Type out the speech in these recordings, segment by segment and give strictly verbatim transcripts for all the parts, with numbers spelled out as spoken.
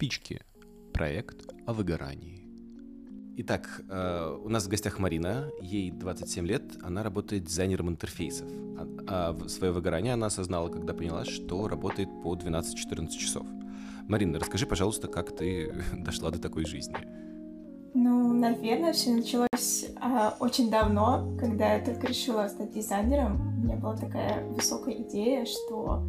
Спички. Проект о выгорании. Итак, э, у нас в гостях Марина, ей двадцать семь лет, она работает дизайнером интерфейсов. А, а свое выгорание она осознала, когда поняла, что работает по двенадцать-четырнадцать часов. Марина, расскажи, пожалуйста, как ты дошла до такой жизни? Ну, наверное, все началось а, очень давно, когда я только решила стать дизайнером. У меня была такая высокая идея, что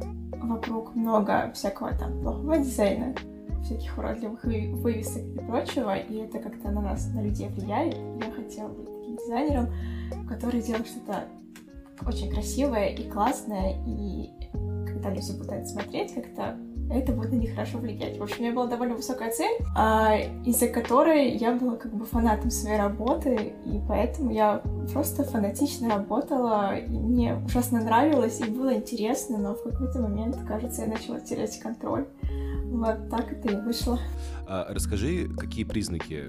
вокруг много всякого там плохого дизайна, всяких уродливых вы- вывесок и прочего, и это как-то на нас, на людей влияет. Я хотела быть таким дизайнером, который делает что-то очень красивое и классное, и когда люди будут это смотреть, как-то это будет на них хорошо влиять. В общем, у меня была довольно высокая цель, а, из-за которой я была как бы фанатом своей работы, и поэтому я просто фанатично работала, и мне ужасно нравилось, и было интересно, но в какой-то момент, кажется, я начала терять контроль. Вот так это и вышло. А, расскажи, какие признаки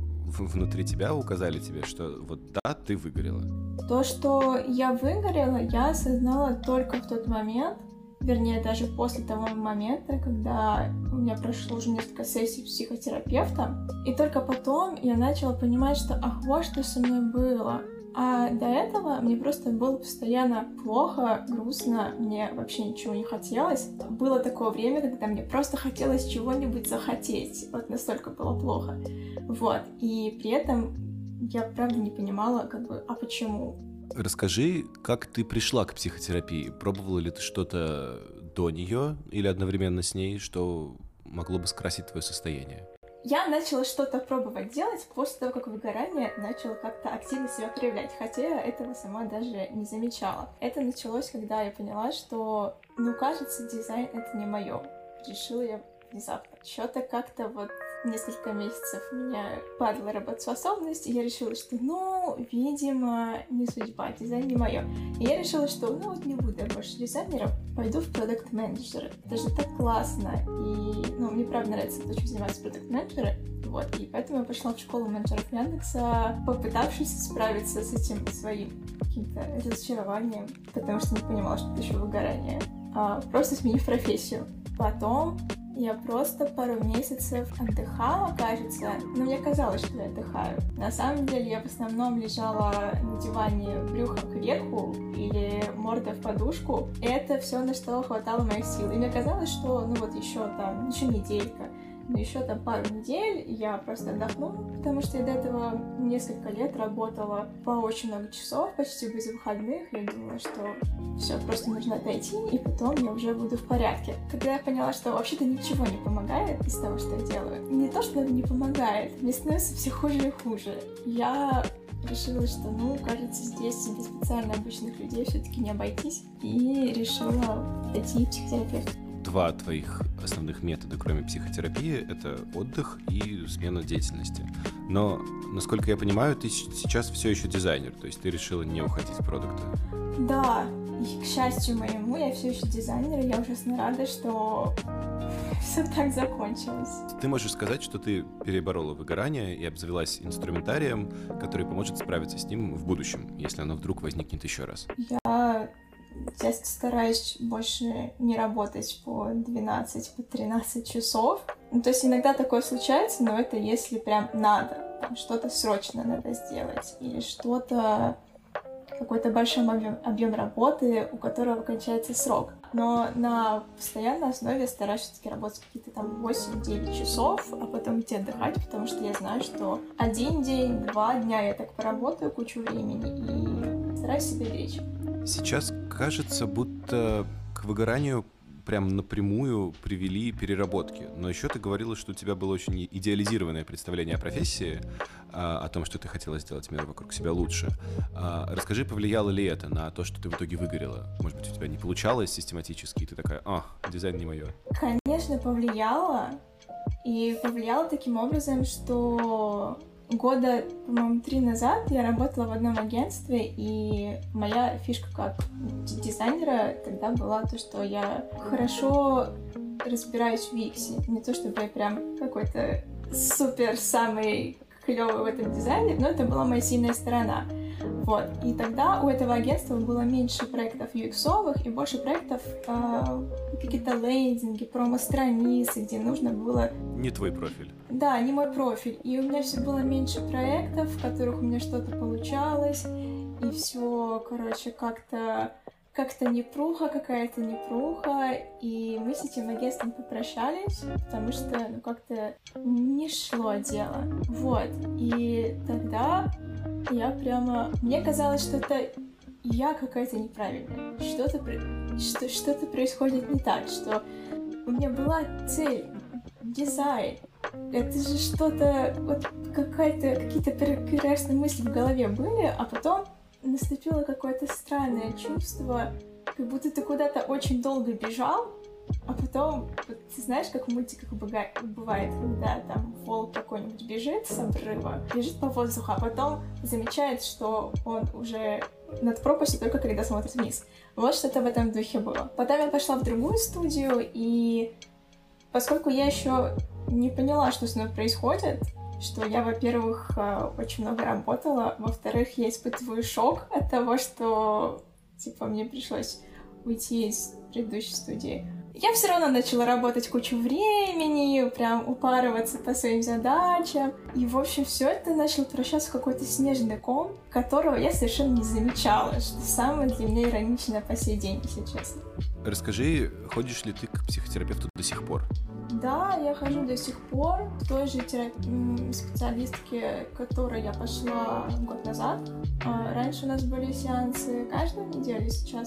внутри тебя указали тебе, что вот да, ты выгорела? То, что я выгорела, я осознала только в тот момент, вернее, даже после того момента, когда у меня прошло уже несколько сессий с психотерапевтом, и только потом я начала понимать, что ах, вот что со мной было. А до этого мне просто было постоянно плохо, грустно, мне вообще ничего не хотелось. Было такое время, когда мне просто хотелось чего-нибудь захотеть, вот настолько было плохо. Вот, и при этом я правда не понимала, как бы, а почему? Расскажи, как ты пришла к психотерапии? Пробовала ли ты что-то до нее или одновременно с ней, что могло бы скрасить твое состояние? Я начала что-то пробовать делать после того, как выгорание начало как-то активно себя проявлять, хотя я этого сама даже не замечала. Это началось, когда я поняла, что, ну, кажется, дизайн — это не мое. Решила я внезапно. Что-то как-то вот несколько месяцев у меня падала работоспособность, и я решила, что, ну, видимо, не судьба, дизайн не мое. И я решила, что, ну, вот не буду я больше дизайнером, пойду в продакт-менеджеры. Это же так классно, и, ну, мне правда нравится то, чем занимаются продакт-менеджеры, вот, и поэтому я пошла в школу менеджеров Яндекса, попытавшись справиться с этим своим каким-то разочарованием, потому что не понимала, что это еще выгорание, а, просто сменив профессию. Потом я просто пару месяцев отдыхала, кажется, но мне казалось, что я отдыхаю. На самом деле я в основном лежала на диване брюхом кверху или мордой в подушку. И это все, на что хватало моих сил. И мне казалось, что ну вот еще там, еще неделька, но еще там пару недель я просто отдохну, потому что я до этого несколько лет работала по очень много часов, почти без выходных. Я думала, что все, просто нужно отойти, и потом я уже буду в порядке. Когда я поняла, что вообще-то ничего не помогает из того, что я делаю, не то, что это не помогает, мне становится все хуже и хуже. Я решила, что, ну, кажется, здесь без специально обычных людей все-таки не обойтись, и решила пойти к психотерапевту. Два твоих основных метода, кроме психотерапии, это отдых и смена деятельности. Но, насколько я понимаю, ты сейчас все еще дизайнер, то есть ты решила не уходить в продукты. Да, и к счастью моему, я все еще дизайнер, и я ужасно рада, что все так закончилось. Ты можешь сказать, что ты переборола выгорание и обзавелась инструментарием, который поможет справиться с ним в будущем, если оно вдруг возникнет еще раз? Я... Я стараюсь больше не работать по двенадцать, по тринадцать часов. Ну, то есть иногда такое случается, но это если прям надо. Там что-то срочно надо сделать. Или что-то... Какой-то большой объем, объем работы, у которого кончается срок. Но на постоянной основе я стараюсь все-таки работать какие-то там восемь-девять часов, а потом идти отдыхать, потому что я знаю, что один день, два дня я так поработаю кучу времени и стараюсь себя беречь. Сейчас кажется, будто к выгоранию прям напрямую привели переработки. Но еще ты говорила, что у тебя было очень идеализированное представление о профессии, о том, что ты хотела сделать мир вокруг себя лучше. Расскажи, повлияло ли это на то, что ты в итоге выгорела? Может быть, у тебя не получалось систематически, и ты такая, а, дизайн не мое. Конечно, повлияло. И повлияло таким образом, что года, по-моему, три назад я работала в одном агентстве, и моя фишка как дизайнера тогда была то, что я хорошо разбираюсь в ю экс. Не то, чтобы я прям какой-то супер самый клёвый в этом дизайне, но это была моя сильная сторона. Вот. И тогда у этого агентства было меньше проектов ю экс-овых и больше проектов э, какие-то лендинги, промо-страницы, где нужно было... Не твой профиль. Да, не мой профиль. И у меня все было меньше проектов, в которых у меня что-то получалось. И все, короче, как-то... Как-то непруха, какая-то непруха, и мы с этим агентством попрощались, потому что, ну, как-то не шло дело. Вот, и тогда я прямо... Мне казалось, что это я какая-то неправильная, что-то, что, что-то происходит не так, что у меня была цель, дизайн. Это же что-то, вот какая-то, какие-то прекрасные мысли в голове были, а потом наступило какое-то странное чувство, как будто ты куда-то очень долго бежал, а потом, вот, ты знаешь, как в мультиках бывает, когда там волк какой-нибудь бежит с обрыва, бежит по воздуху, а потом замечает, что он уже над пропастью только когда смотрит вниз. Вот что-то в этом духе было. Потом я пошла в другую студию, и поскольку я еще не поняла, что с мной происходит, что я, во-первых, очень много работала, во-вторых, я испытываю шок от того, что, типа, мне пришлось уйти из предыдущей студии. Я все равно начала работать кучу времени, прям упарываться по своим задачам. И, в общем, все это начало превращаться в какой-то снежный ком, которого я совершенно не замечала, что самое для меня ироничное по сей день, если честно. Расскажи, ходишь ли ты к психотерапевту до сих пор? Да, я хожу до сих пор к той же терап... специалистке, к которой я пошла год назад. Раньше у нас были сеансы каждую неделю, сейчас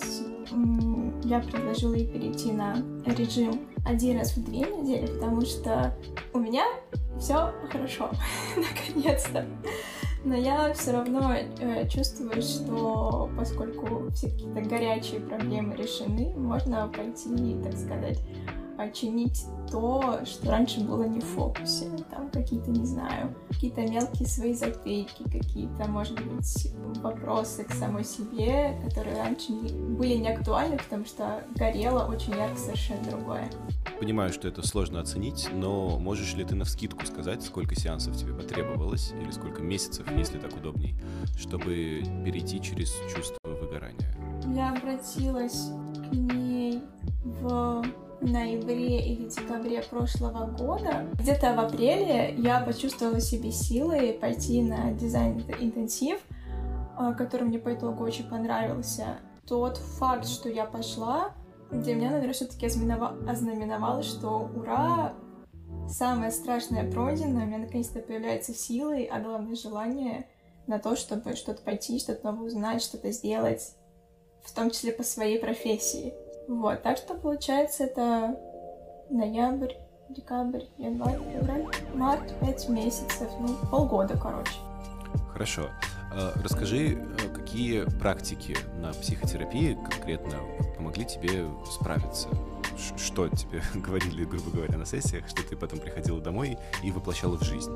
я предложила ей перейти на режим один раз в две недели, потому что у меня все хорошо, наконец-то. Но я все равно э, чувствую, что поскольку все какие-то горячие проблемы решены, можно пойти, так сказать, чинить то, что раньше было не в фокусе. Там какие-то, не знаю, какие-то мелкие свои затейки, какие-то, может быть, вопросы к самой себе, которые раньше не, были не актуальны, потому что горело очень ярко совершенно другое. Понимаю, что это сложно оценить, но можешь ли ты навскидку сказать, сколько сеансов тебе потребовалось, или сколько месяцев, если так удобней, чтобы перейти через чувство выгорания? Я обратилась к ней в ноябре или декабре прошлого года. Где-то в апреле я почувствовала в себе силы пойти на дизайн-интенсив, который мне по итогу очень понравился. Тот факт, что я пошла, для меня, наверное, все-таки ознаменовало, что ура, самое страшное пройдено, у меня наконец-то появляются силы, а главное желание на то, чтобы что-то пойти, что-то новое узнать, что-то сделать, в том числе по своей профессии. Вот, так что получается это ноябрь, декабрь, январь, февраль, март, пять месяцев, ну, полгода, короче. Хорошо. Расскажи, какие практики на психотерапии конкретно помогли тебе справиться? Что тебе говорили, грубо говоря, на сессиях, что ты потом приходила домой и воплощала в жизнь?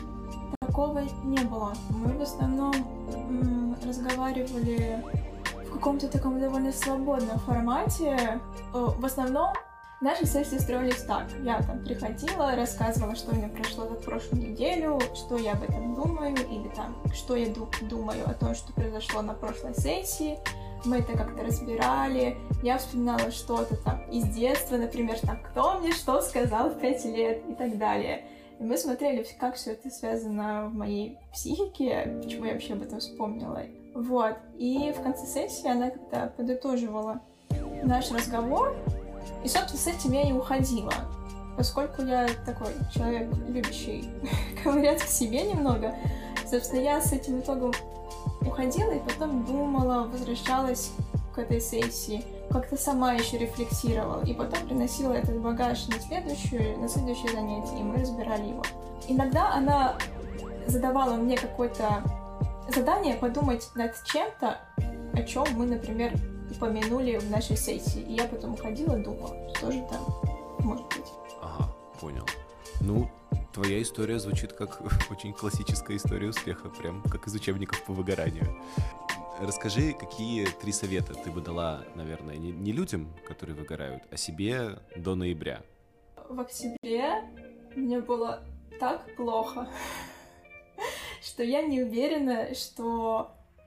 Такого не было. Мы в основном м- разговаривали в каком-то таком довольно свободном формате. В основном наши сессии строились так. Я там приходила, рассказывала, что у меня прошло за прошлую неделю, что я об этом думаю, или там, что я думаю о том, что произошло на прошлой сессии. Мы это как-то разбирали. Я вспоминала что-то там из детства, например, там, кто мне что сказал в пять лет и так далее. И мы смотрели, как все это связано в моей психике, почему я вообще об этом вспомнила. Вот. И в конце сессии она как-то подытоживала наш разговор. И, собственно, с этим я и уходила. Поскольку я такой человек, любящий ковыряться в себе немного, собственно, я с этим итогом уходила и потом думала, возвращалась к этой сессии, как-то сама еще рефлексировала, и потом приносила этот багаж на следующее, на следующее занятие, и мы разбирали его. Иногда она задавала мне какое-то задание подумать над чем-то, о чем мы, например, упомянули в нашей сессии, и я потом уходила, думала, что же там может быть. Ага, понял. Ну, твоя история звучит как очень классическая история успеха, прям как из учебников по выгоранию. Расскажи, какие три совета ты бы дала, наверное, не, не людям, которые выгорают, а себе до ноября? В октябре мне было так плохо, что я не уверена, что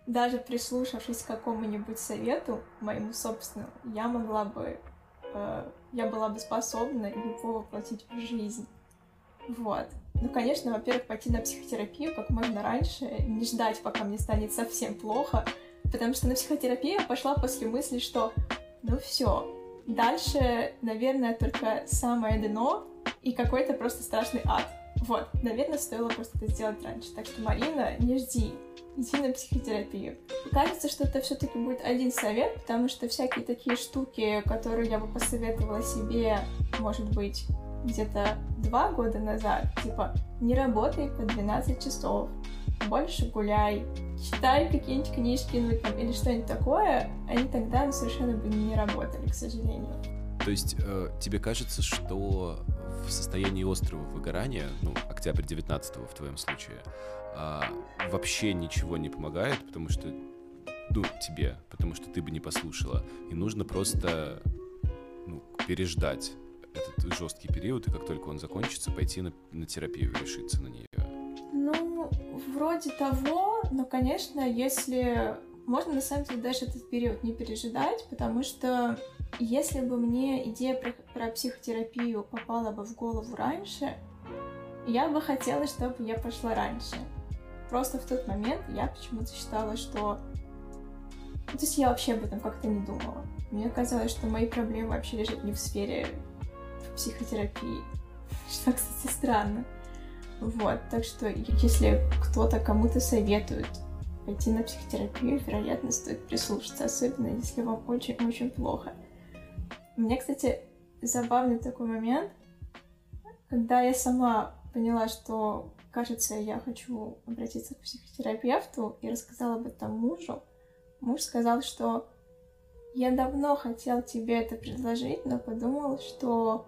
даже прислушавшись к какому-нибудь совету, моему собственному, я могла бы, э, я была бы способна его воплотить в жизнь. Вот. Ну, конечно, во-первых, пойти на психотерапию как можно раньше, не ждать, пока мне станет совсем плохо, потому что на психотерапию я пошла после мысли, что ну все, дальше, наверное, только самое дно и какой-то просто страшный ад. Вот, наверное, стоило просто это сделать раньше. Так что, Марина, не жди, иди на психотерапию. Кажется, что это все-таки будет один совет, потому что всякие такие штуки, которые я бы посоветовала себе, может быть, где-то два года назад, типа не работай по двенадцать часов, больше гуляй, читай какие-нибудь книжки, ну, там, или что-нибудь такое, они тогда совершенно бы не работали, к сожалению. То есть э, тебе кажется, что в состоянии острого выгорания, ну, октябрь девятнадцатого в твоем случае, э, вообще ничего не помогает, потому что, ну, тебе, потому что ты бы не послушала, и нужно просто, ну, переждать этот жесткий период, и как только он закончится, пойти на, на терапию и решиться на нее. Ну, вроде того, но, конечно, если... Можно, на самом деле, даже этот период не пережидать, потому что если бы мне идея про, про психотерапию попала бы в голову раньше, я бы хотела, чтобы я пошла раньше. Просто в тот момент я почему-то считала, что... То есть я вообще об этом как-то не думала. Мне казалось, что мои проблемы вообще лежат не в сфере психотерапии, что, кстати, странно. Вот, так что если кто-то кому-то советует пойти на психотерапию, вероятно, стоит прислушаться, особенно если вам очень-очень плохо. У меня, кстати, забавный такой момент, когда я сама поняла, что, кажется, я хочу обратиться к психотерапевту, и рассказала об этом мужу. Муж сказал, что я давно хотел тебе это предложить, но подумал, что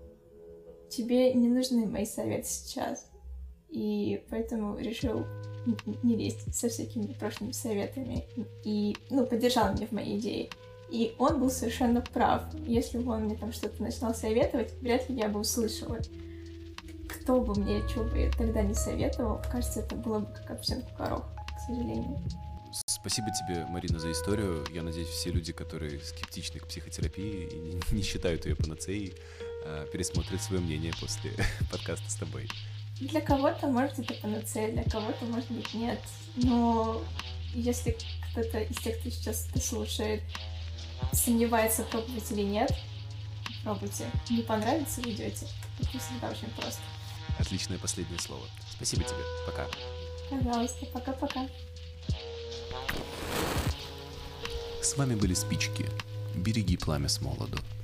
тебе не нужны мои советы сейчас. И поэтому решил не лезть со всякими прошлыми советами. И, ну, поддержал меня в моей идее. И он был совершенно прав. Если бы он мне там что-то начинал советовать, вряд ли я бы услышала. Кто бы мне что бы тогда не советовал, кажется, это было бы как овсянку коров, к сожалению. Спасибо тебе, Марина, за историю. Я надеюсь, все люди, которые скептичны к психотерапии и не, не считают ее панацеей, пересмотрят свое мнение после подкаста с тобой. Для кого-то, может, это панацея, для кого-то, может быть, нет. Но если кто-то из тех, кто сейчас это слушает, сомневается, пробовать или нет, пробуйте. Не понравится, вы идете. Это всегда очень просто. Отличное последнее слово. Спасибо тебе. Пока. Пожалуйста, пока-пока. С вами были спички. Береги пламя с молоду.